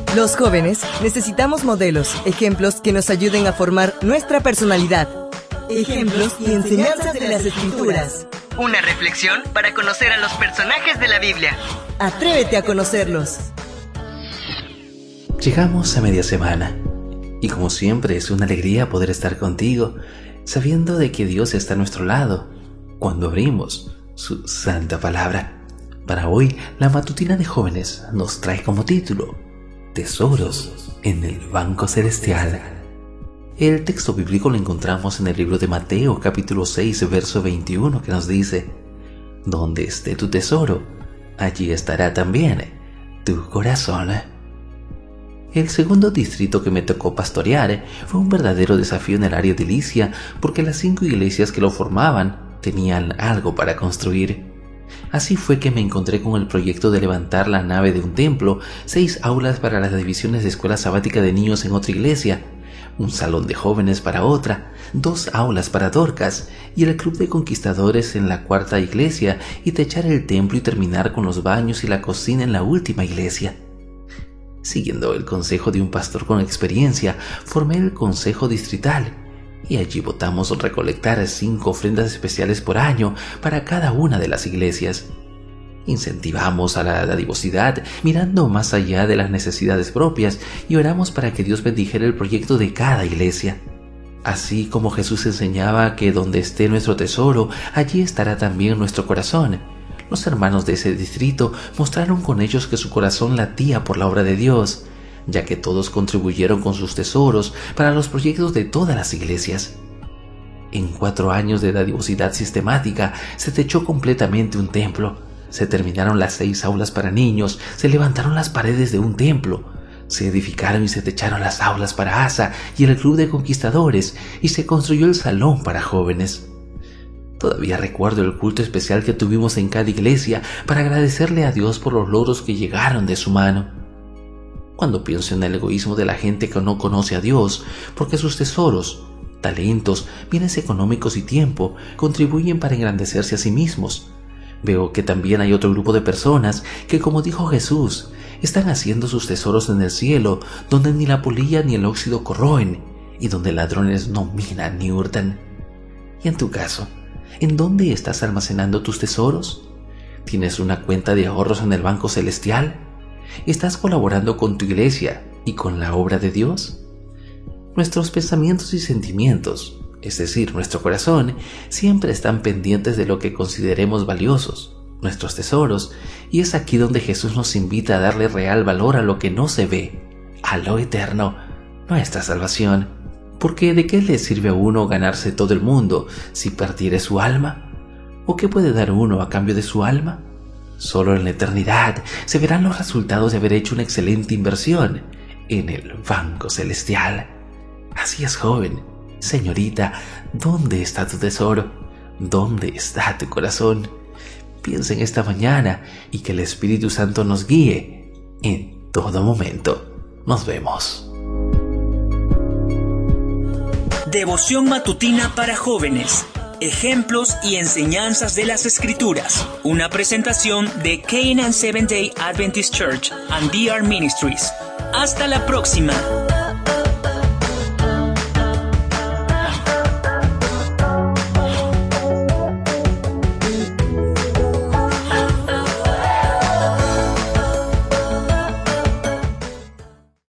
Los jóvenes necesitamos modelos, ejemplos que nos ayuden a formar nuestra personalidad. Ejemplos y enseñanzas de las Escrituras. Una reflexión para conocer a los personajes de la Biblia. Atrévete a conocerlos. Llegamos a media semana y como siempre es una alegría poder estar contigo, sabiendo de que Dios está a nuestro lado cuando abrimos su santa palabra. Para hoy, la matutina de jóvenes nos trae como título Tesoros en el banco celestial. El texto bíblico lo encontramos en el libro de Mateo, capítulo 6, verso 21, que nos dice: Donde esté tu tesoro, allí estará también tu corazón. El segundo distrito que me tocó pastorear fue un verdadero desafío en el área de Licia, porque las 5 iglesias que lo formaban tenían algo para construir. Así fue que me encontré con el proyecto de levantar la nave de un templo, 6 aulas para las divisiones de escuela sabática de niños en otra iglesia, un salón de jóvenes para otra, 2 aulas para Dorcas y el club de conquistadores en la 4ª iglesia, y techar el templo y terminar con los baños y la cocina en la última iglesia. Siguiendo el consejo de un pastor con experiencia, formé el consejo distrital y allí votamos recolectar 5 ofrendas especiales por año para cada una de las iglesias. Incentivamos a la dadivosidad mirando más allá de las necesidades propias y oramos para que Dios bendijera el proyecto de cada iglesia. Así como Jesús enseñaba que donde esté nuestro tesoro, allí estará también nuestro corazón. Los hermanos de ese distrito mostraron con ellos que su corazón latía por la obra de Dios, ya que todos contribuyeron con sus tesoros para los proyectos de todas las iglesias. En 4 años de dadivosidad sistemática se techó completamente un templo, se terminaron las 6 aulas para niños, se levantaron las paredes de un templo, se edificaron y se techaron las aulas para Asa y el club de conquistadores, y se construyó el salón para jóvenes. Todavía recuerdo el culto especial que tuvimos en cada iglesia para agradecerle a Dios por los logros que llegaron de su mano. Cuando pienso en el egoísmo de la gente que no conoce a Dios, porque sus tesoros, talentos, bienes económicos y tiempo contribuyen para engrandecerse a sí mismos, veo que también hay otro grupo de personas que, como dijo Jesús, están haciendo sus tesoros en el cielo, donde ni la polilla ni el óxido corroen y donde ladrones no minan ni hurtan. Y en tu caso, ¿en dónde estás almacenando tus tesoros? ¿Tienes una cuenta de ahorros en el banco celestial? ¿Estás colaborando con tu iglesia y con la obra de Dios? Nuestros pensamientos y sentimientos, es decir, nuestro corazón, siempre están pendientes de lo que consideremos valiosos, nuestros tesoros, y es aquí donde Jesús nos invita a darle real valor a lo que no se ve, a lo eterno, nuestra salvación. Porque ¿de qué le sirve a uno ganarse todo el mundo si perdiere su alma? ¿O qué puede dar uno a cambio de su alma? Solo en la eternidad se verán los resultados de haber hecho una excelente inversión en el banco celestial. Así es, joven, señorita, ¿dónde está tu tesoro? ¿Dónde está tu corazón? Piensa en esta mañana y que el Espíritu Santo nos guíe en todo momento. Nos vemos. Devoción matutina para jóvenes. Ejemplos y enseñanzas de las Escrituras. Una presentación de Canaan Seventh-day Adventist Church and DR Ministries. Hasta la próxima.